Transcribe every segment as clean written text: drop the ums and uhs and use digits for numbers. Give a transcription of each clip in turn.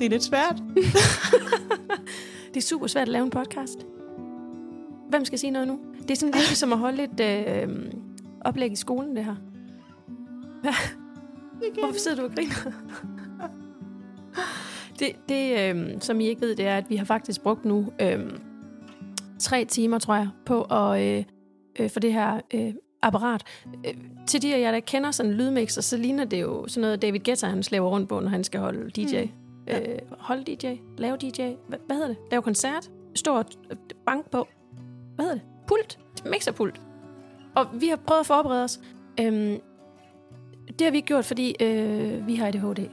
Det er lidt svært. Det er super svært at lave en podcast. Hvem skal sige noget nu? Det er sådan lidt som at holde et oplæg i skolen, det her. Hvorfor sidder du og griner? Det som I ikke ved, det er, at vi har faktisk brugt nu 3 timer, tror jeg, på at for det her apparat. Til de af jer, der kender sådan en lydmixer, så ligner det jo sådan noget, David Guetta, han slæver rundt på, når han skal holde DJ. Holde DJ? Lave DJ? Hvad hedder det? Lave koncert? Stå og bank på? Hvad hedder det? Pult? Mixerpult. Og vi har prøvet at forberede os. Det har vi ikke gjort, fordi vi har ADHD.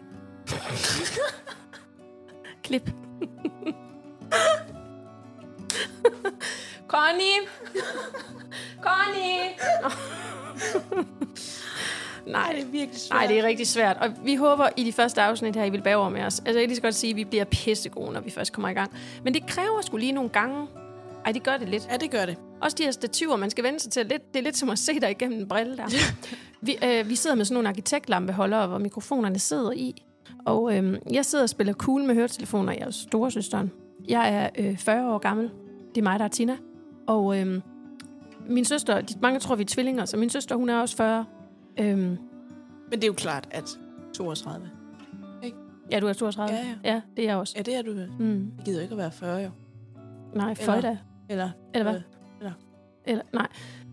Klip. Connie! Nej, det er virkelig svært. Nej, det er rigtig svært. Og vi håber i de første afsnit her, I vil bære over med os. Altså, jeg kan lige så godt sige, at vi bliver pissegode, når vi først kommer i gang. Men det kræver sgu lige nogle gange. Ej, det gør det lidt. Ja, det gør det. Også de her stativer, man skal vende sig til. Det er lidt som at se dig igennem en brille der. Vi sidder med sådan nogle arkitektlampeholdere, hvor mikrofonerne sidder i. Og jeg sidder og spiller cool med høretelefoner. Jeg er storesøsteren. Jeg er 40 år gammel. Det er mig, der er Tina. Og min søster, mange tror, vi er tvillinger, så min søster, hun er også 40. Men det er jo klart, at 32. Ikke? Ja, du er 32? Ja. Ja, det er jeg også. Ja, det er du. Jeg gider ikke at være 40, jo. Nej, føj da. Eller hvad? Eller nej.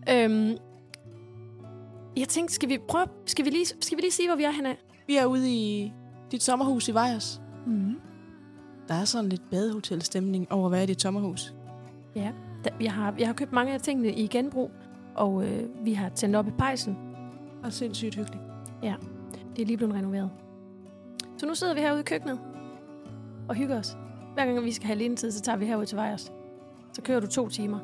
Jeg tænkte, skal vi lige sige, hvor vi er henne af? Vi er ude i dit sommerhus i Vejers. Der er sådan lidt badehotelstemning over, hvad er dit sommerhus? Ja, jeg har købt mange af tingene i genbrug, og vi har tændt op i pejsen. Og sindssygt hyggeligt. Ja, det er lige blevet renoveret. Så nu sidder vi herude i køkkenet og hygger os. Hver gang vi skal have alenetid, så tager vi herud til Vejers. Så kører du 2 timer.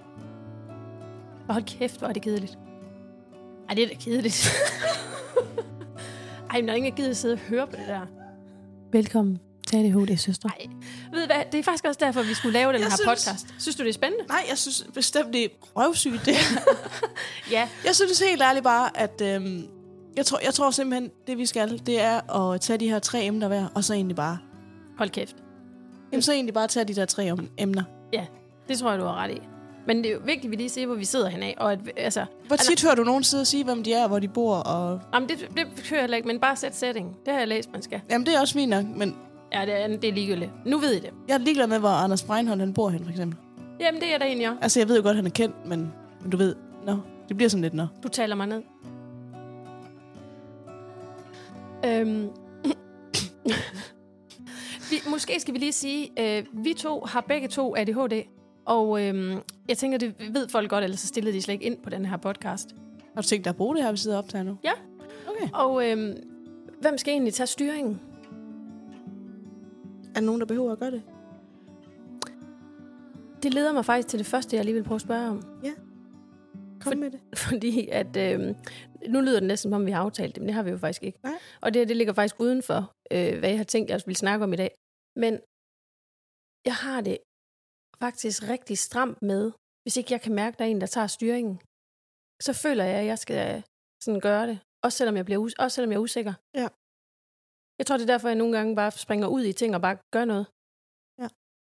Og hold kæft, hvor er det kedeligt. Ej, det er da kedeligt. Ej, men der er ingen, der gider at sidde og høre på det der. Velkommen til ADHD, søster. Ej, ved du hvad? Det er faktisk også derfor, vi skulle lave den her podcast. Synes du, det er spændende? Nej, jeg synes bestemt, det er røvsygt, det. Ja. Jeg synes helt ærligt bare, at jeg tror simpelthen, det vi skal, det er at tage de her 3 emner hver, og så egentlig bare... Hold kæft. Jamen, så egentlig bare tage de der 3 emner. Ja, det tror jeg, du har ret i. Men det er jo vigtigt, at vi lige ser, hvor vi sidder henad. Og hvor tit hører du nogen sidde og sige, hvem de er, hvor de bor? Og... Jamen, det hører jeg ikke, men bare sæt setting. Det har jeg læst, man skal. Jamen, det er også fint nok, men... Ja, det er ligegyldigt. Nu ved I det. Jeg er ligeglad med, hvor Anders Breinholt han bor hen, for eksempel. Jamen, det er der egentlig også. Altså, jeg ved jo godt, han er kendt, men du ved, det bliver sådan lidt, Du taler mig ned. Måske skal vi lige sige, vi 2 har begge 2 ADHD, og jeg tænker, det ved folk godt, ellers så stillede de slet ikke ind på den her podcast. Har du tænkt dig at bruge det her, vi sidder og optager nu? Ja. Okay. Og hvem skal egentlig tage styringen? Er der nogen, der behøver at gøre det? Det leder mig faktisk til det første, jeg lige vil prøve at spørge om. Ja. Kom med det. Fordi at nu lyder det næsten, som om vi har aftalt det, men det har vi jo faktisk ikke. Nej. Og det ligger faktisk uden for, hvad jeg har tænkt, jeg ville snakke om i dag. Men jeg har det faktisk rigtig stramt med, hvis ikke jeg kan mærke, at der er en, der tager styringen. Så føler jeg, at jeg skal sådan gøre det. Også selvom jeg er usikker. Ja. Jeg tror, det er derfor, jeg nogle gange bare springer ud i ting og bare gør noget. Ja.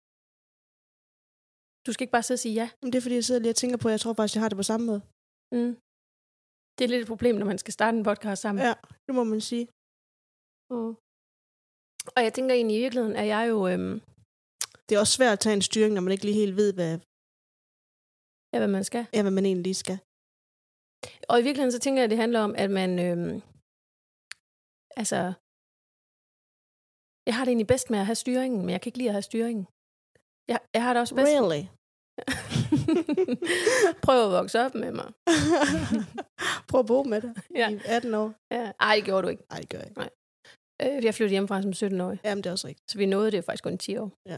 Du skal ikke bare sidde og sige ja. Men det er fordi, jeg sidder lige og tænker på, at jeg tror faktisk, jeg har det på samme måde. Mm. Det er lidt et problem, når man skal starte en podcast sammen. Ja, det må man sige. Og jeg tænker egentlig i virkeligheden, at jeg jo... Det er også svært at tage en styring, når man ikke lige helt ved, hvad man skal. Ja, hvad man egentlig lige skal. Og i virkeligheden, så tænker jeg, at det handler om, at man... Jeg har det egentlig bedst med at have styringen, men jeg kan ikke lide at have styringen. Jeg har det også bedst... Really? Prøv at vokse op med mig. Prøv at bo med dig i 18 år. Ja. Ej, det gjorde du ikke. Nej, det gør jeg ikke. Nej. Jeg flyttede hjemmefra som 17-årig. Jamen, det er også rigtigt. Så vi nåede det faktisk kun 10 år. Ja.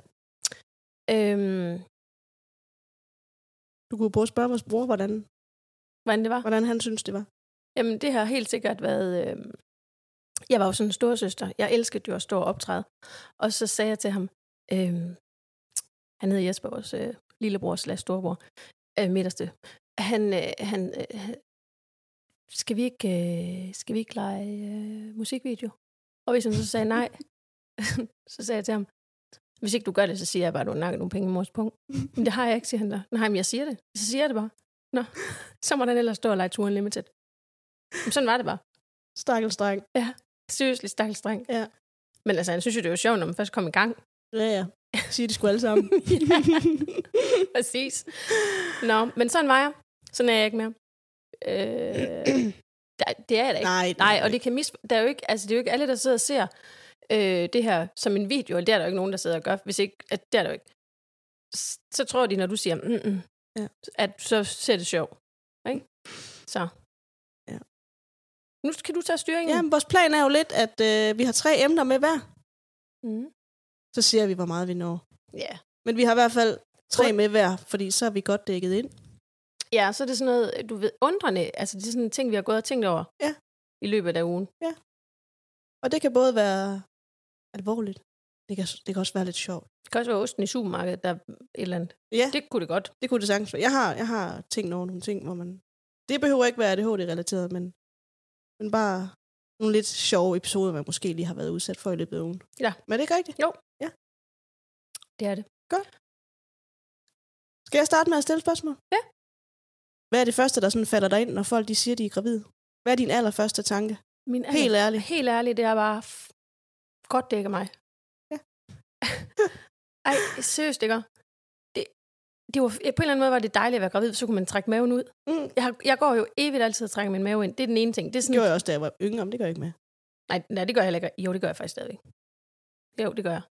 Du kunne prøve at spørge vores bror, hvordan det var. Hvordan han synes, det var. Jamen, det har helt sikkert været... Jeg var jo sådan en storesøster. Jeg elskede jo at stå og optræde. Og så sagde jeg til ham... han hedder Jesper, vores lillebror / storebror. Midterste. Han skal vi ikke lege musikvideo? Og hvis han så sagde nej, Så sagde jeg til ham, hvis ikke du gør det, så siger jeg bare, at du nakker nogle penge i mors punkt. Men det har jeg ikke, siger han der. Nej, men jeg siger det. Så siger jeg det bare. Nå, så må den ellers stå og lege Tour Unlimited. Men sådan var det bare. Stakkels dreng. Ja, seriously stakkels dreng. Ja. Men altså, jeg synes jo, det var sjovt, når man først kom i gang. Ja. Sige de sgu alle sammen. Ja, præcis. Nå, men sådan var jeg. Sådan er jeg ikke mere. Det er jeg da ikke. Nej, og det kan der er jo ikke, altså det er jo ikke alle, der sidder og ser det her som en video, og det er der jo ikke nogen, der sidder og gør. Hvis ikke, at det er der jo ikke. Så tror de, når du siger, ja. at så ser det sjovt. Ikke? Så. Ja. Nu kan du tage styringen. Ja, men vores plan er jo lidt, at vi har 3 emner med hver. Mm. Så siger vi, hvor meget vi når. Ja. Men vi har i hvert fald 3 med hver, fordi så er vi godt dækket ind. Ja, så er det sådan noget, du ved, undrende. Altså, det er sådan en ting, vi har gået og tænkt over i løbet af ugen. Ja. Og det kan både være alvorligt. Det kan også være lidt sjovt. Det kan også være osten i supermarkedet, der er et eller andet. Ja. Det kunne det godt. Det kunne det sagtens være. Jeg har tænkt over nogle ting, hvor man... Det behøver ikke være ADHD-relateret, men bare nogle lidt sjove episoder, man måske lige har været udsat for i løbet af ugen. Ja. Men er det ikke rigtigt? Jo. Ja. Det er det. Godt. Skal jeg starte med at stille spørgsmål? Ja. Hvad er det første, der sådan falder dig ind, når folk de siger, de er gravide? Hvad er din allerførste tanke? Helt ærligt. Helt ærligt, det er bare godt dækker mig. Ja. Ej, seriøst, det gør. Det var, på en eller anden måde var det dejligt at være gravid, så kunne man trække maven ud. Mm. Jeg går jo evigt altid og trækker min mave ind. Det er den ene ting. Det er sådan, gjorde jeg også, da jeg var yngre, men det gør jeg ikke med. Nej, det gør jeg heller ikke. Jo, det gør jeg faktisk stadigvæk. Jo, det gør jeg.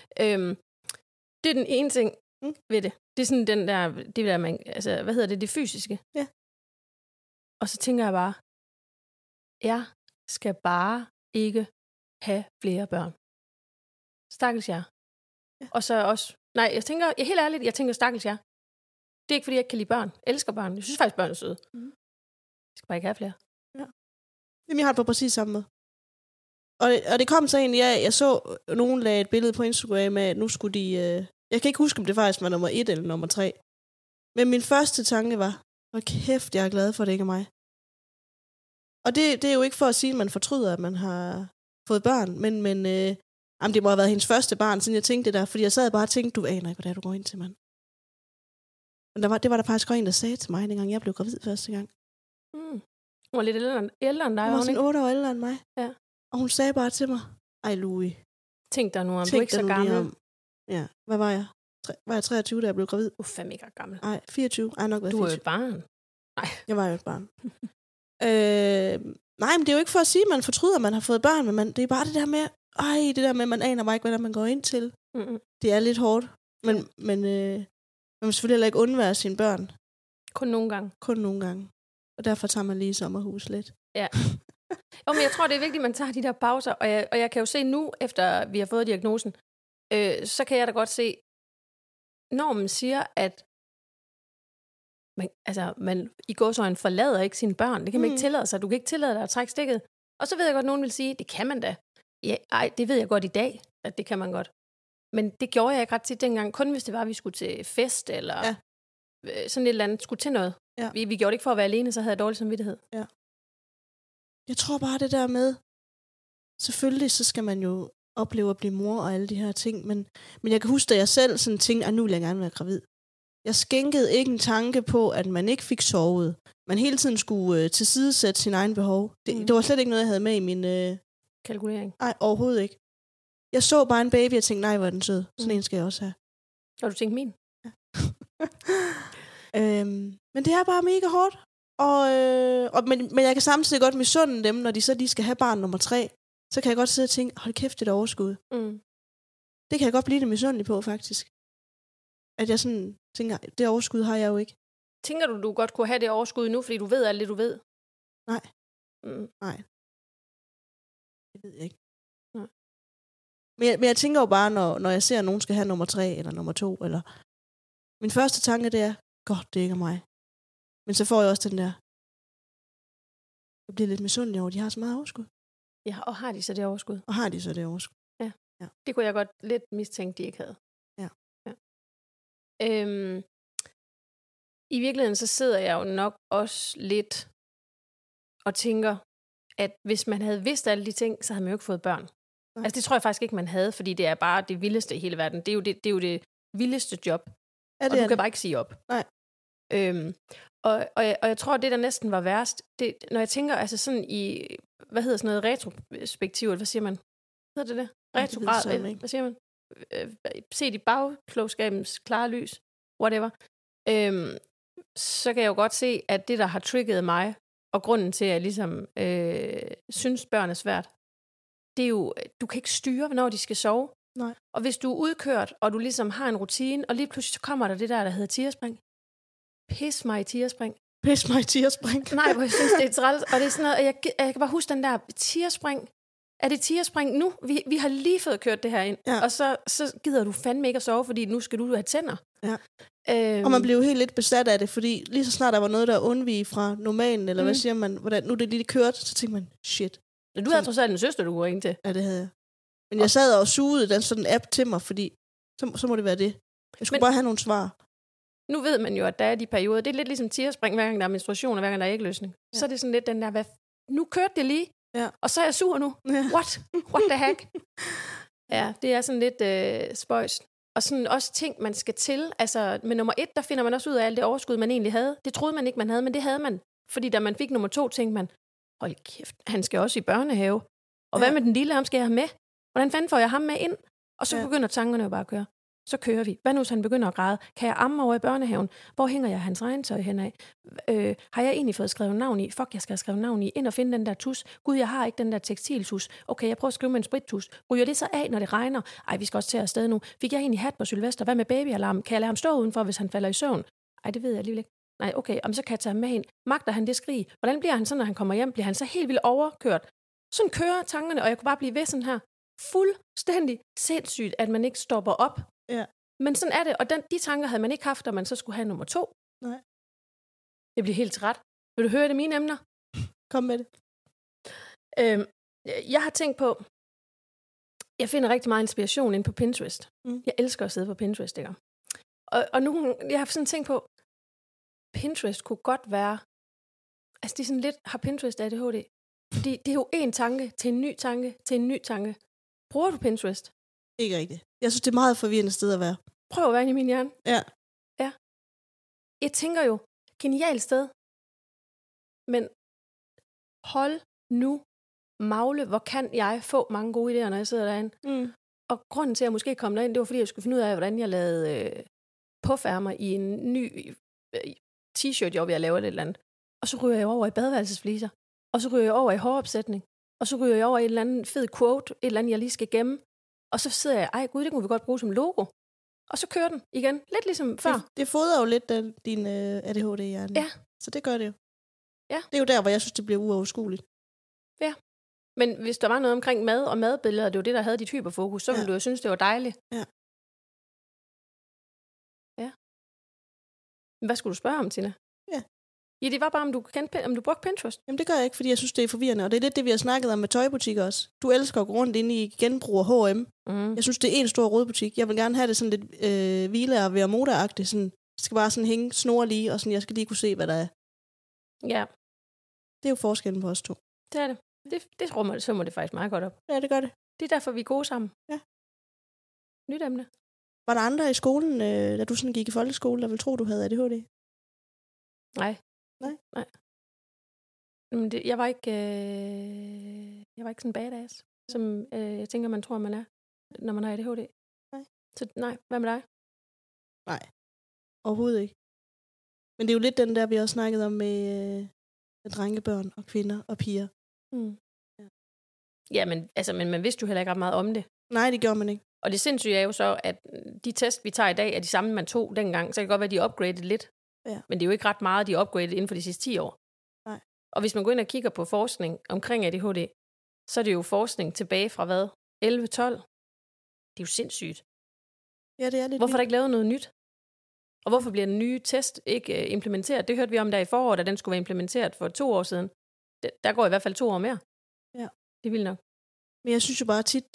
Det er den ene ting ved det. Det er sådan det der man, altså, hvad hedder det fysiske. Ja. Og så tænker jeg bare, jeg skal bare ikke have flere børn. Stakkels jer. Ja. Og så også, nej, helt ærligt, jeg tænker stakkels jer. Det er ikke, fordi jeg ikke kan lide børn. Jeg elsker børn. Jeg synes faktisk, børn er søde. Jeg skal bare ikke have flere. Ja. Jamen, jeg har det på præcis samme måde. Og det kom så egentlig, jeg så nogen lagde et billede på Instagram af, at nu skulle de... jeg kan ikke huske, om det faktisk var nummer 1 eller nummer 3. Men min første tanke var, hvor kæft, jeg er glad for, at det ikke er mig. Og det er jo ikke for at sige, at man fortryder, at man har fået børn, men det må have været hendes første barn, siden jeg tænkte det der, fordi jeg sad bare og tænkte, du aner ikke, hvad det er, du går ind til, mand. Men det var der faktisk også en, der sagde til mig, dengang jeg blev gravid første gang. Hun var lidt ældre end dig, hun var sådan 8 år ældre end mig. Ja. Og hun sagde bare til mig, ej Louie. Tænk dig nu, om du er ikke så gammel. Ja, hvad var jeg? Var jeg 23, da jeg blev gravid? Fandme ikke gammel. Nej, 24. Ej, nok været 24. Du var jo et barn. Nej. Jeg var jo et barn. Nej, men det er jo ikke for at sige, at man fortryder, at man har fået børn, men det er bare det der med, at man aner bare ikke, hvad man går ind til. Mm-mm. Det er lidt hårdt, men man må selvfølgelig heller ikke undvære sine børn. Kun nogle gange. Kun nogle gange. Og derfor tager man lige sommerhus lidt. Ja. Jo, men jeg tror, det er vigtigt, at man tager de der pauser, og jeg kan jo se nu, efter vi har fået diagnosen, så kan jeg da godt se, når man siger, at man i gåseøjne forlader ikke sine børn. Det kan man ikke tillade sig. Du kan ikke tillade dig at trække stikket. Og så ved jeg godt, at nogen vil sige, det kan man da. Ja, det ved jeg godt i dag, at det kan man godt. Men det gjorde jeg ikke ret tit dengang. Kun hvis det var, at vi skulle til fest, eller sådan et eller andet, skulle til noget. Ja. Vi gjorde det ikke for at være alene, så havde jeg dårlig samvittighed. Ja. Jeg tror bare det der med, selvfølgelig så skal man jo opleve at blive mor og alle de her ting, men jeg kan huske, da jeg selv sådan tænkte, at nu vil jeg gerne være gravid. Jeg skænkede ikke en tanke på, at man ikke fik sovet. Man hele tiden skulle tilsidesætte sin egen behov. Det var slet ikke noget, jeg havde med i min... kalkulering? Nej, overhovedet ikke. Jeg så bare en baby, og tænkte, nej, hvor er den sød. Sådan en skal jeg også have. Og du tænkte min? Ja. Men det er bare mega hårdt. Men jeg kan samtidig godt misunde dem, når de skal have barn nummer 3. Så kan jeg godt sidde og tænke, hold kæft, det er et overskud. Det kan jeg godt blive det misundelig på, faktisk. At jeg sådan tænker, det overskud har jeg jo ikke. Tænker du godt kunne have det overskud nu, fordi du ved alt det, du ved? Nej. Nej. Det ved jeg ikke. Nej. Men jeg tænker jo bare, når jeg ser, at nogen skal have nummer 3 eller nummer 2, eller... Min første tanke, det er, godt, det ikke er mig. Men så får jeg også den der... Jeg bliver lidt misundelig over, at de har så meget overskud. Ja, og har de så det overskud? Og har de så det overskud. Ja. Det kunne jeg godt lidt mistænke, de ikke havde. Ja. I virkeligheden så sidder jeg jo nok også lidt og tænker, at hvis man havde vidst alle de ting, så havde man jo ikke fået børn. Nej. Altså, det tror jeg faktisk ikke, man havde, fordi det er bare det vildeste i hele verden. Det er jo det vildeste job. Ja, og du kan bare ikke sige op. Nej. Og jeg tror, det der næsten var værst, det, når jeg tænker altså sådan i, hvad hedder sådan noget, retrospektivt, hvad siger man? Hvad hedder det? Retrograd, hvad siger man? Set i bagklogskabens klare lys, whatever. Så kan jeg jo godt se, at det, der har trigget mig, og grunden til, at jeg ligesom synes, børn er svært, det er jo, du kan ikke styre, hvornår de skal sove. Nej. Og hvis du er udkørt, og du ligesom har en rutine, og lige pludselig så kommer der det der hedder tigerspring. Pis mig i tigerspring. Pis mig i tigerspring. Nej, hvor jeg synes, det er træls. Og det er sådan noget, jeg kan bare huske den der tigerspring. Er det tigerspring nu? Vi har lige fået kørt det her ind. Ja. Og så gider du fandme ikke at sove, fordi nu skal du have tænder. Ja. Og man blev jo helt lidt besat af det, fordi lige så snart der var noget, der undvige fra normalen, eller hvad siger man, hvordan nu det lige kørt, så tænkte man, shit. Du havde trods alt en søster, du kunne ringe til. Ja, det havde jeg. Men jeg sad og sugede den sådan en app til mig, fordi så må det være det. Jeg skulle bare have nogle svar. Nu ved man jo, at der er de perioder. Det er lidt ligesom tigerspring, hver gang der er menstruation, og hver gang der er ægløsning. Ja. Så er det sådan lidt den der, nu kørte det lige, og så er jeg sur nu. Ja. What the heck? Ja, det er sådan lidt spøjst. Og sådan også ting, man skal til. Altså med nummer 1, der finder man også ud af alt det overskud, man egentlig havde. Det troede man ikke, man havde, men det havde man. Fordi da man fik nummer 2, tænkte man, hold kæft, han skal også i børnehave. Og hvad med den lille, ham skal jeg have med? Hvordan fanden får jeg ham med ind? Og så begynder tankerne jo bare at køre. Så kører vi. Hvad nu, så han begynder at græde? Kan jeg amme over i børnehaven? Hvor hænger jeg hans regntøj henad? Har jeg egentlig fået skrevet navn i? Fuck, jeg skal have skrevet navn i. Ind og finde den der tus. Gud, jeg har ikke den der tekstiltus. Okay, jeg prøver at skrive med en sprittus. Ryger det så af, når det regner? Ej, vi skal også til afsted nu. Fik jeg egentlig hat på Sylvester? Hvad med babyalarm? Kan jeg lade ham stå udenfor, hvis han falder i søvn? Ej, det ved jeg alligevel ikke. Nej, okay, så kan jeg tage ham med ind. Magter han det skrig? Hvordan bliver han så, når han kommer hjem? Bliver han så helt vildt overkørt? Sådan kører tankerne, og jeg kunne bare blive ved sådan her. Fuldstændig sindssygt, at man ikke stopper op. Ja. Men sådan er det, og de tanker havde man ikke haft, da man så skulle have nummer 2. Nej. Jeg bliver helt træt. Vil du høre det mine emner? Kom med det. Jeg har tænkt på, jeg finder rigtig meget inspiration inde på Pinterest. Jeg elsker at sidde på Pinterest, ikke? Og nu, jeg har sådan tænkt på, Pinterest kunne godt være, altså det er sådan lidt, har Pinterest ADHD? Fordi det er jo en tanke til en ny tanke til en ny tanke. Bruger du Pinterest? Ikke rigtigt. Jeg synes, det er meget forvirrende sted at være. Prøv at være inde i min hjerne. Ja. Jeg tænker jo, genialt sted. Men hold nu magle, hvor kan jeg få mange gode idéer, når jeg sidder derinde. Og grunden til, at jeg måske kom derind, det var, fordi jeg skulle finde ud af, hvordan jeg lavede påfærmer i en ny t-shirt-job, jeg lavede eller andet. Og så ryger jeg over i badeværelsesfliser. Og så ryger jeg over i håropsætning. Og så ryger jeg over i et eller andet fed quote, et eller andet, jeg lige skal gemme. Og så sidder jeg, ej gud, det kunne vi godt bruge som logo. Og så kører den igen. Lidt ligesom før. Det fodrer jo lidt din ADHD-hjerne. Ja. Så det gør det jo. Ja. Det er jo der, hvor jeg synes, det bliver uoverskueligt. Ja. Men hvis der var noget omkring mad og madbilleder, det var det, der havde dit hyperfokus, så ville du jo synes, det var dejligt. Ja. Ja. Men hvad skulle du spørge om, Tina? Ja. Ja, det var bare, om du brugte Pinterest. Jamen det gør jeg ikke, fordi jeg synes, det er forvirrende. Og det er lidt det, vi har snakket om med tøjbutikker også. Du elsker at gå rundt inde i genbrug og H&M. Jeg synes, det er en stor rodbutik. Jeg vil gerne have det sådan lidt hvile og være modeagtigt. Sådan, det skal bare sådan hænge snor lige, og sådan, jeg skal lige kunne se, hvad der er. Ja. Det er jo forskellen på os to. Det er det. Det summer det faktisk meget godt op. Ja, det gør det. Det er derfor, vi er gode sammen. Ja. Nyt emne. Var der andre i skolen, da du sådan gik i folkeskole, der ville tro, du havde ADHD? Nej. Men jeg var ikke sådan badass, som jeg tænker, man tror, man er, når man har ADHD. Nej. Så nej, hvad med dig? Nej, overhovedet ikke. Men det er jo lidt den der, vi også snakket om med drengebørn og kvinder og piger. Ja, men man vidste jo heller ikke ret meget om det. Nej, det gjorde man ikke. Og det sindssyge er jo så, at de test, vi tager i dag, er de samme, man tog dengang. Så kan det godt være, de er upgraded lidt. Ja. Men det er jo ikke ret meget, de er upgraded inden for de sidste 10 år. Nej. Og hvis man går ind og kigger på forskning omkring ADHD, så er det jo forskning tilbage fra hvad? 11-12? Det er jo sindssygt. Ja, det er lidt. Hvorfor er der ikke lavet noget nyt? Og hvorfor bliver den nye test ikke implementeret? Det hørte vi om der i foråret, da den skulle være implementeret for 2 år siden. Der går i hvert fald 2 år mere. Ja. Det er vildt nok. Men jeg synes jo bare tit,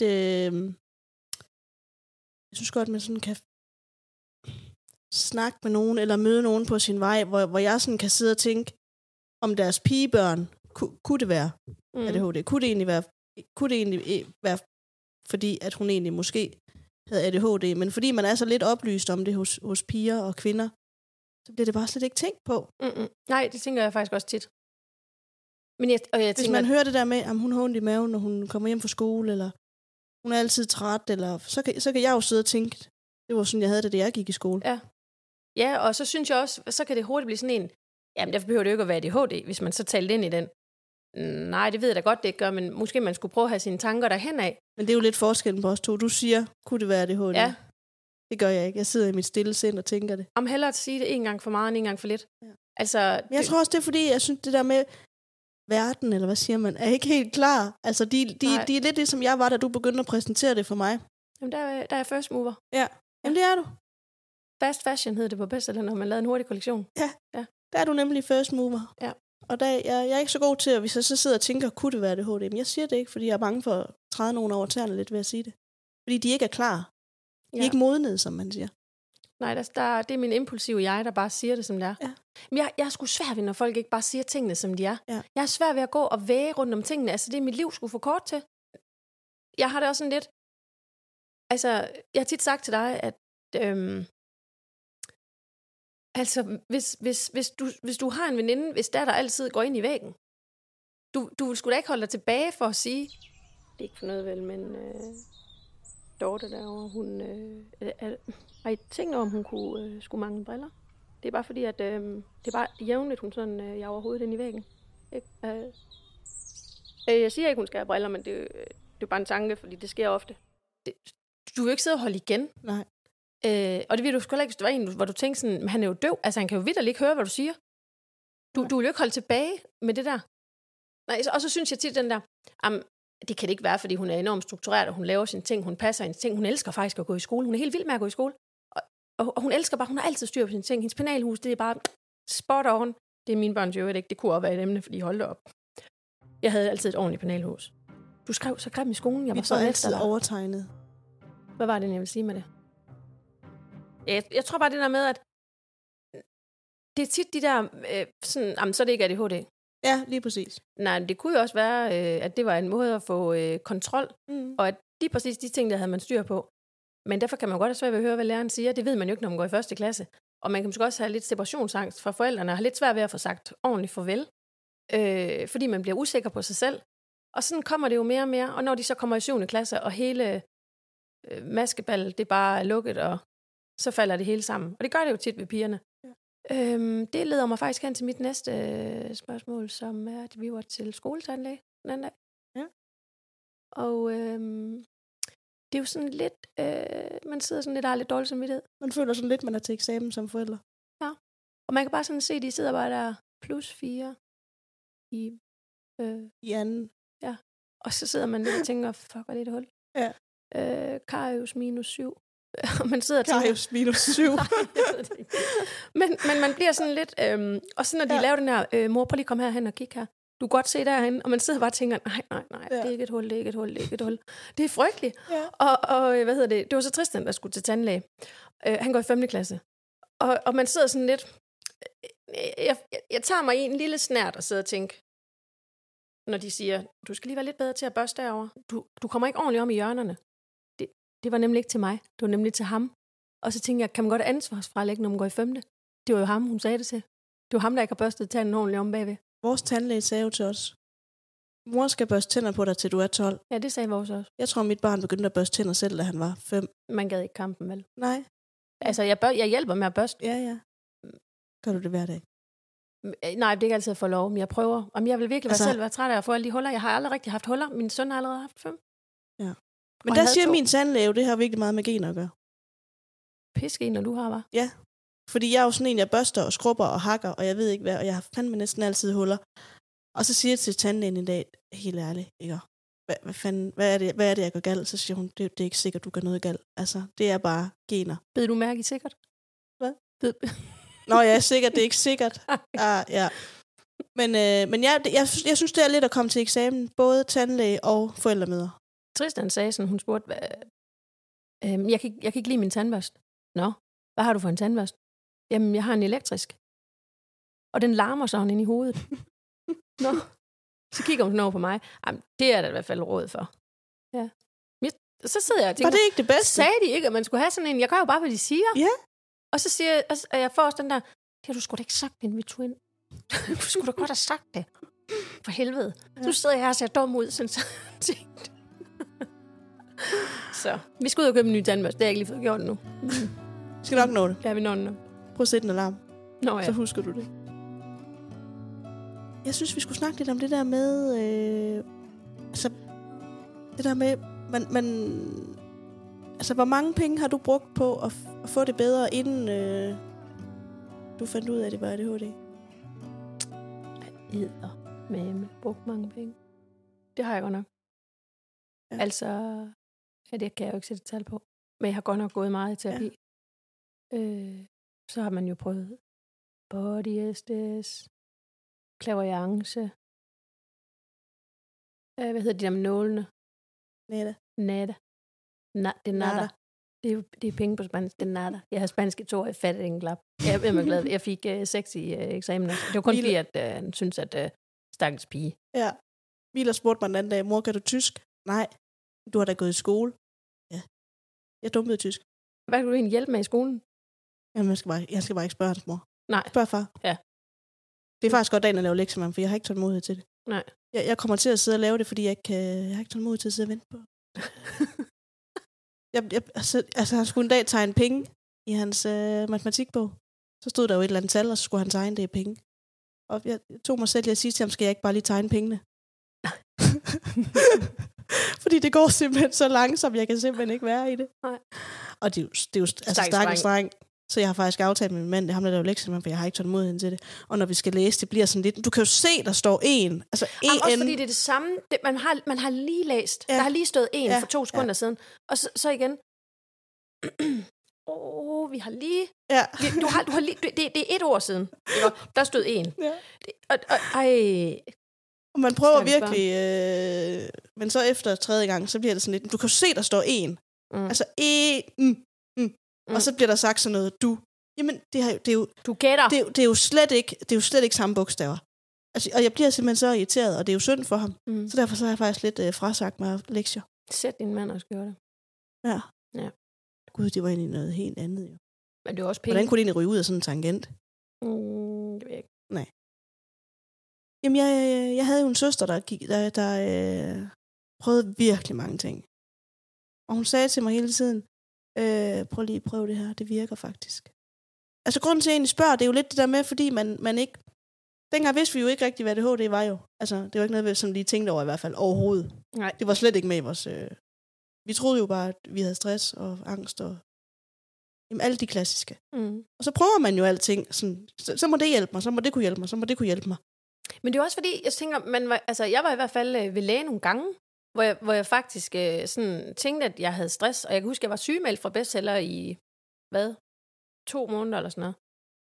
jeg synes godt, man sådan kan snakke med nogen, eller møde nogen på sin vej, hvor jeg sådan kan sidde og tænke, om deres pigebørn, kunne det være ADHD? Kunne det egentlig være fordi at hun egentlig måske havde ADHD, men fordi man er så lidt oplyst om det hos piger og kvinder, så bliver det bare slet ikke tænkt på. Nej, det tænker jeg faktisk også tit. Men hvis man hører det der med, at hun har ondt i maven, når hun kommer hjem fra skole, eller hun er altid træt, eller så kan jeg jo sidde og tænke, det var sådan, jeg havde det, da jeg gik i skole. Ja, og så synes jeg også, så kan det hurtigt blive sådan en, jamen derfor behøver det jo ikke at være ADHD, hvis man så talte ind i den. Nej, det ved jeg da godt, det ikke gør, men måske man skulle prøve at have sine tanker derhen af. Men det er jo lidt forskellen på os to. Du siger, kunne det være ADHD? Ja. Det gør jeg ikke. Jeg sidder i mit stille sind og tænker det. Om hellere at sige det en gang for meget, end en gang for lidt. Ja. Altså, men jeg tror også, det er fordi, jeg synes, det der med verden, eller hvad siger man, er ikke helt klar. Altså, de er lidt det, som jeg var, da du begyndte at præsentere det for mig. Jamen, der er jeg first mover. Ja, jamen det er du. Fast fashion hed det på bestseller, når man lavede en hurtig kollektion. Ja. Der er du nemlig first mover. Ja. Og jeg er ikke så god til, at hvis jeg så sidder og tænker, kunne det være ADHD? Men jeg siger det ikke, fordi jeg er bange for at træde nogen over tæerne lidt ved at sige det. Fordi de ikke er klar. De er ikke modnet, som man siger. Nej, det er min impulsive jeg, der bare siger det, som det er. Ja. Men jeg er sgu svær ved, når folk ikke bare siger tingene, som de er. Ja. Jeg er svær ved at gå og væge rundt om tingene. Altså, det er mit liv skulle få kort til. Jeg har det også sådan lidt... Altså, jeg har tit sagt til dig, at... Altså, hvis du har en veninde, hvis der altid går ind i væggen, du vil sgu da ikke holde dig tilbage for at sige, det er ikke for noget vel, men Dorte derovre, hun, har I tænkt over, om hun skulle mangle briller? Det er bare fordi, at det er bare jævnligt, hun sådan, jeg overhovedet ind i væggen. Ikke? Jeg siger ikke, hun skal have briller, men det er bare en tanke, fordi det sker ofte. Du vil jo ikke sidde og holde igen. Nej. Og det vil du sgu ikke, hvis det var en, hvor du tænker sådan, han er jo døv, altså han kan jo vitterligt ikke høre, hvad du siger. Du vil jo ikke holde tilbage med det der. Nej, og så synes jeg tit den der, det kan det ikke være, fordi hun er enormt struktureret, og hun laver sine ting, hun passer sine ting, hun elsker faktisk at gå i skole, hun er helt vild med at gå i skole, og hun elsker bare, hun har altid styr på sine ting, hendes penalhus, det er bare spot on, det er mine børns jo ikke, det kunne også være et emne, fordi hold da op. Jeg havde altid et ordentligt penalhus. Du skrev så grimt i skolen, jeg var så altid overtegnet. Hvad var det, jeg ville sige med det? Jeg tror bare det der med, at det er tit de der, sådan, så er det ikke ADHD. Ja, lige præcis. Nej, det kunne jo også være, at det var en måde at få kontrol, og at lige præcis de ting, der havde man styr på. Men derfor kan man godt have svært ved at høre, hvad læreren siger. Det ved man jo ikke, når man går i første klasse. Og man kan måske også have lidt separationsangst fra forældrene, og have lidt svært ved at få sagt ordentligt farvel, fordi man bliver usikker på sig selv. Og sådan kommer det jo mere og mere, og når de så kommer i 7. klasse, og hele maskeball, det bare er lukket, og så falder det hele sammen. Og det gør det jo tit ved pigerne. Ja. Det leder mig faktisk hen til mit næste spørgsmål, som er, at vi var til skoletandlæge den anden dag. Ja. Og det er jo sådan lidt, man sidder sådan lidt og har lidt dårlig samvittighed. Man føler sådan lidt, man er til eksamen som forælder. Ja. Og man kan bare sådan se, de sidder bare der +4 i anden. Ja. Og så sidder man lidt og tænker, fuck, hvad er det et hul? Ja. Karius -7. Og man sidder og tænker... Karius -7. men man bliver sådan lidt... og så når de laver den her, mor, prøv lige komme herhen og kigge her. Du kan godt se derhen, og man sidder bare og tænker, nej, det er ikke et hul, det er ikke et hul, det er ikke et hul. Det er frygteligt. Ja. Og hvad hedder det? Det var så Tristan, der skulle til tandlæge. Han går i 5. klasse. Og man sidder sådan lidt... Jeg tager mig i en lille snært og sidder og tænker, når de siger, du skal lige være lidt bedre til at børste derovre. Du kommer ikke ordentligt om i hjørnerne. Det var nemlig ikke til mig. Det var nemlig til ham. Og så tænkte jeg, kan man godt ansvarsfralægge, når man går i 5. Det var jo ham, hun sagde det til. Det var ham, der ikke har børstet tanden ordentligt om bagved. Vores tandlæge sagde jo til os, mor skal børste tænder på dig, til du er 12. Ja, det sagde vores også. Jeg tror, mit barn begyndte at børste tænder selv, da han var 5. Man gad ikke kampen, vel? Nej. Altså, jeg hjælper med at børste. Ja. Gør du det hver dag? Nej, det er ikke altid at få lov, men jeg prøver. Om jeg vil virkelig selv være træt af at få alle de huller. Jeg har aldrig rigtig haft huller. Min søn har allerede haft 5. Ja. Men der siger min tandlæge, det har virkelig meget med gener at gøre. Piske når du har, hva'? Ja. Fordi jeg er jo sådan en, jeg børster og skrubber og hakker, og jeg ved ikke hvad, og jeg har fandme næsten altid huller. Og så siger jeg til tandlægen en dag, helt ærligt, ikke? Hvad er det, jeg gør galt? Så siger hun, det er ikke sikkert, du gør noget galt. Altså, det er bare gener. Bed du mærke i sikkert? Hvad? Nå ja, sikkert, det er ikke sikkert. Ja. Men jeg synes, det er lidt at komme til eksamen, både tandlæge og forældremøder. Tristan sagde sådan, hun spurgte, jeg kan ikke lide min tandbørst. Nå, hvad har du for en tandbørst? Jamen, jeg har en elektrisk. Og den larmer sådan ind i hovedet. Nå, så kigger hun over på mig. Jamen, det er der i hvert fald råd for. Ja. Så sidder jeg og tænker, var det ikke det bedste? Sagde de ikke, at man skulle have sådan en? Jeg gør jo bare, hvad de siger. Ja. Og så siger jeg, og jeg får også den der, det har du sgu da ikke sagt, din vitrine. Du skulle da godt have sagt det. For helvede. Ja. Så nu sidder jeg her og ser dum ud, sådan så tænkt. Så, vi skal ud og købe en ny tandbørste. Det har jeg ikke lige fået gjort nu. Vi skal nok nå det. Ja, vi når det nu. Prøv at sætte en alarm. Nå ja. Så husker du det. Jeg synes, vi skulle snakke lidt om det der med... altså, det der med... Altså, hvor mange penge har du brugt på at få det bedre, inden du fandt ud af, at det var ADHD? Med brugt mange penge. Det har jeg godt nok. Ja. Altså, ja, det kan jeg jo ikke sætte tal på. Men jeg har godt nok gået meget i terapi. Ja. Så har man jo prøvet body SDS, clairvoyance. Hvad hedder de der med nålene? Nada. Det er nada. Det er penge på spansk. Det er nada. Jeg har spansk i 2 år, jeg fattede ikke en klap. Jeg er glad. Jeg fik 6 i eksamen. Det var kun fordi, at han synes, at stakkels pige. Ja. Mila spurgte mig den anden dag, mor, kan du tysk? Nej. Du har da gået i skole. Ja. Jeg dumpede tysk. Hvad kan du egentlig hjælpe med i skolen? Jamen, jeg skal bare ikke spørge hans mor. Nej. Spørg far. Ja. Det er faktisk godt dagen at lave lektier med ham, for jeg har ikke tålmodighed til det. Nej. Jeg kommer til at sidde og lave det, fordi jeg har ikke tålmodighed til at sidde og vente på. Han skulle en dag tegne penge i hans matematikbog. Så stod der jo et eller andet tal, og så skulle han tegne det i penge. Og jeg tog mig selv til at sige til ham, skal jeg ikke bare lige tegne pengene? Fordi det går simpelthen så langsomt, jeg kan simpelthen ikke være i det. Nej. Og det er jo stakkels dreng. Så jeg har faktisk aftalt med min mand, det er ham, der laver lektier med, for jeg har ikke tålmodighed til det. Og når vi skal læse, det bliver sådan lidt... Du kan jo se, der står en. Altså en. Også fordi det er det samme. Man har lige læst. Ja. Der har lige stået en for 2 sekunder siden. Og så igen... vi har lige... Ja. Du har lige... Det er 1 år siden. Der stod en. Ja. Og man prøver virkelig... men så efter 3. gang, så bliver det sådan lidt... Du kan jo se, der står en. Altså en... Og så bliver der sagt sådan noget, du. Jamen, det er jo... Du gætter. Det er jo slet ikke samme bogstaver. Altså, og jeg bliver simpelthen så irriteret, og det er jo synd for ham. Så derfor så har jeg faktisk lidt frasagt mig lektier. Sæt din mand og gøre det. Ja. Gud, det var egentlig noget helt andet, jo. Men det er også penge. Hvordan kunne det egentlig ryge ud af sådan en tangent? Det ved jeg ikke. Nej. Jamen, jeg havde jo en søster, der prøvede virkelig mange ting. Og hun sagde til mig hele tiden, prøv det her, det virker faktisk. Altså grunden til, at jeg egentlig spørger, det er jo lidt det der med, fordi man ikke... Dengang vidste vi jo ikke rigtig, hvad ADHD var jo. Altså, det var ikke noget, som lige tænkte over i hvert fald overhovedet. Nej. Det var slet ikke med i vores... Vi troede jo bare, at vi havde stress og angst og... Jamen, alle de klassiske. Og så prøver man jo alting. Sådan, så må det hjælpe mig, så må det kunne hjælpe mig, så må det kunne hjælpe mig. Men det er også fordi, jeg tænker, jeg var i hvert fald ved læge nogle gange, hvor jeg faktisk sådan tænkte, at jeg havde stress, og jeg kan huske, at jeg var sygemeldt fra bestseller i, 2 måneder eller sådan noget.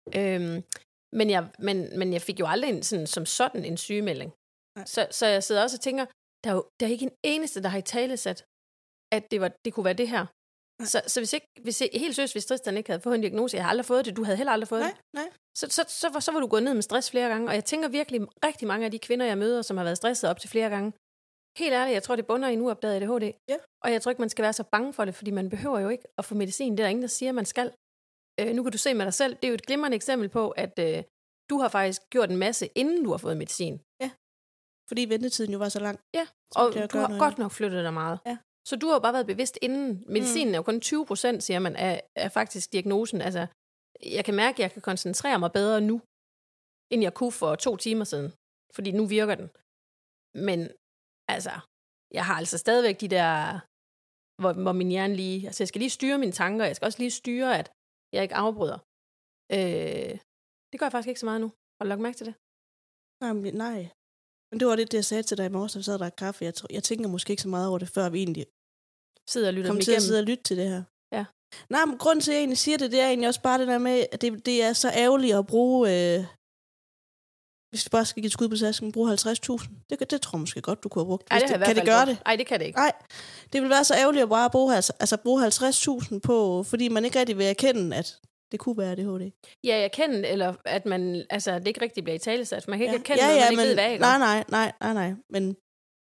Men jeg fik jo aldrig som sådan en sygemelding. Så jeg sidder også og tænker, der er ikke en eneste, der har i talesat, at det kunne være det her. Så hvis helt seriøst, hvis Tristan ikke havde fået en diagnose, jeg har aldrig fået det, du havde heller aldrig fået det. Nej. Så var du gået ned med stress flere gange, og jeg tænker virkelig, rigtig mange af de kvinder, jeg møder, som har været stresset op til flere gange, helt ærligt, jeg tror, det bunder i en uopdaget ADHD. Ja. Og jeg tror ikke, man skal være så bange for det, fordi man behøver jo ikke at få medicin. Det er der ingen, der siger, man skal. Nu kan du se med dig selv. Det er jo et glimrende eksempel på, at du har faktisk gjort en masse, inden du har fået medicin. Ja, fordi ventetiden jo var så lang. Ja, og du har godt nok flyttet dig meget. Ja. Så du har jo bare været bevidst inden. Medicinen er jo kun 20%, siger man, af faktisk diagnosen. Altså, jeg kan mærke, at jeg kan koncentrere mig bedre nu, end jeg kunne for 2 timer siden. Fordi nu virker den. Men altså, jeg har altså stadigvæk de der, hvor min hjerne lige... Altså, jeg skal lige styre mine tanker. Jeg skal også lige styre, at jeg ikke afbryder. Det gør jeg faktisk ikke så meget nu. Har du lagt mærke til det? Nej. Men det var det, jeg sagde til dig i morges, da vi sad og drak kaffe. Jeg tænker måske ikke så meget over det, før vi egentlig kom til at sidde og lytte til det her. Ja. Nej, men grunden til, at jeg egentlig siger det, det er egentlig også bare det der med, at det er så ærgerligt at bruge... hvis vi bare skal give et skud på tasken, bruge 50.000. Det tror jeg måske godt, du kunne have brugt. Ej, kan det gøre det? Nej, det kan det ikke. Nej, det vil være så ærgerligt at bare bruge 50.000 på, fordi man ikke rigtig vil erkende, at det kunne være ADHD. Ja, jeg kender, eller at man, altså, det ikke rigtig bliver i talesat. Man kan ikke erkende noget, man ikke ved, hvad jeg gør. Nej. Men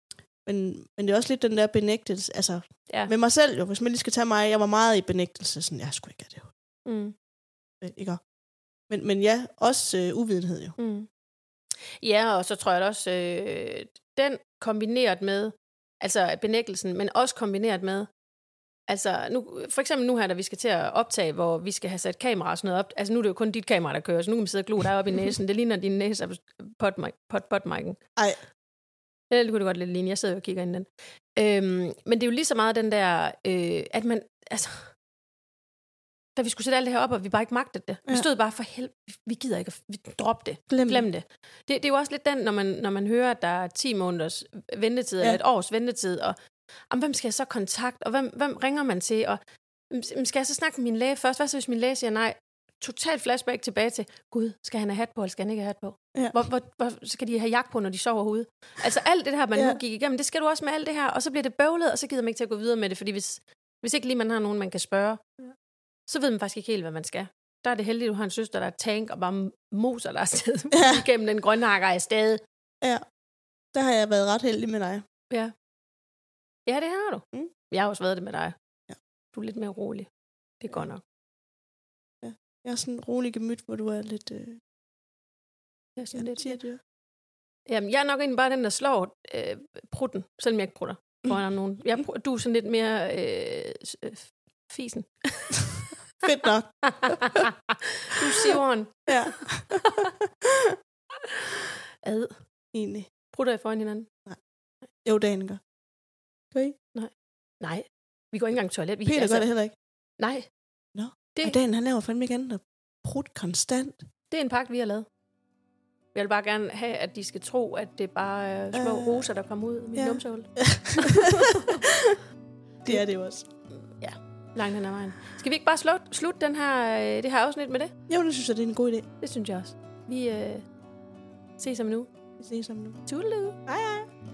Men det er også lidt den der benægtelse, altså med mig selv jo, hvis man lige skal tage mig, jeg var meget i benægtelse, sådan, jeg skulle ikke have det. Ikke? Men ja, også uvidenhed jo. Ja, og så tror jeg også, den kombineret med, altså benægtelsen, men også kombineret med, altså nu, for eksempel nu her, da vi skal til at optage, hvor vi skal have sat kamera og sådan noget op, altså nu er det jo kun dit kamera, der kører, så nu kan man sidde og glo der oppe i næsen, det ligner din næse af potmic'en. Ej. Det kunne det godt lidt ligne, jeg sidder og kigger ind den. Men det er jo lige så meget den der, at man, altså, da vi skulle sætte alt det her op, og vi bare ikke magtede det. Vi stod bare for helvede, vi gider ikke, vi drop det, glem det. Det er jo også lidt den, når man hører, at der er 10 måneders ventetid, eller et års ventetid, og hvem skal jeg så kontakte, og hvem ringer man til, og skal jeg så snakke med min læge først? Hvad så, hvis min læge siger nej? Totalt flashback tilbage til, gud, skal han have hat på, eller skal han ikke have hat på? Ja. Hvor skal de have jakke på, når de sover ude? Altså alt det her, man nu gik igennem, det skal du også med alt det her, og så bliver det bøvlet, og så gider man ikke til at gå videre med det, fordi hvis ikke lige man har nogen, man kan spørge, så ved man faktisk ikke helt, hvad man skal. Der er det heldigt, at du har en søster, der er tank, og bare moser der afsted igennem den grønne hakker afsted. Ja, der har jeg været ret heldig med dig. Ja, det har du. Jeg har også været det med dig. Ja. Du er lidt mere rolig. Det er godt nok. Ja. Jeg er sådan en rolig gemyt, hvor du er lidt... Jeg er sådan lidt... Jamen, jeg er nok egentlig bare den, der slår prutten, selvom jeg ikke prutter foran nogen. Du er sådan lidt mere fisen. Fedt nok. Du er siveren. Ja. Ad. Egentlig. Prutter I foran hinanden? Nej. Jo, Dagen gør. Gør I? Nej. Vi går ikke engang toilet. Peter gør det heller ikke. Nej. Nå. Og Dagen, han laver fandme ikke andet at prutte konstant. Det er en pagt, vi har lavet. Jeg vil bare gerne have, at de skal tro, at det bare er små roser, der kommer ud af min numsehul. Det er det jo også. Ja, langt hen ad vejen. Skal vi ikke bare slutte det her afsnit med det? Jo, det synes jeg, det er en god idé. Det synes jeg også. Vi ses om nu. Vi ses om nu. Toodaloo. Hej hej.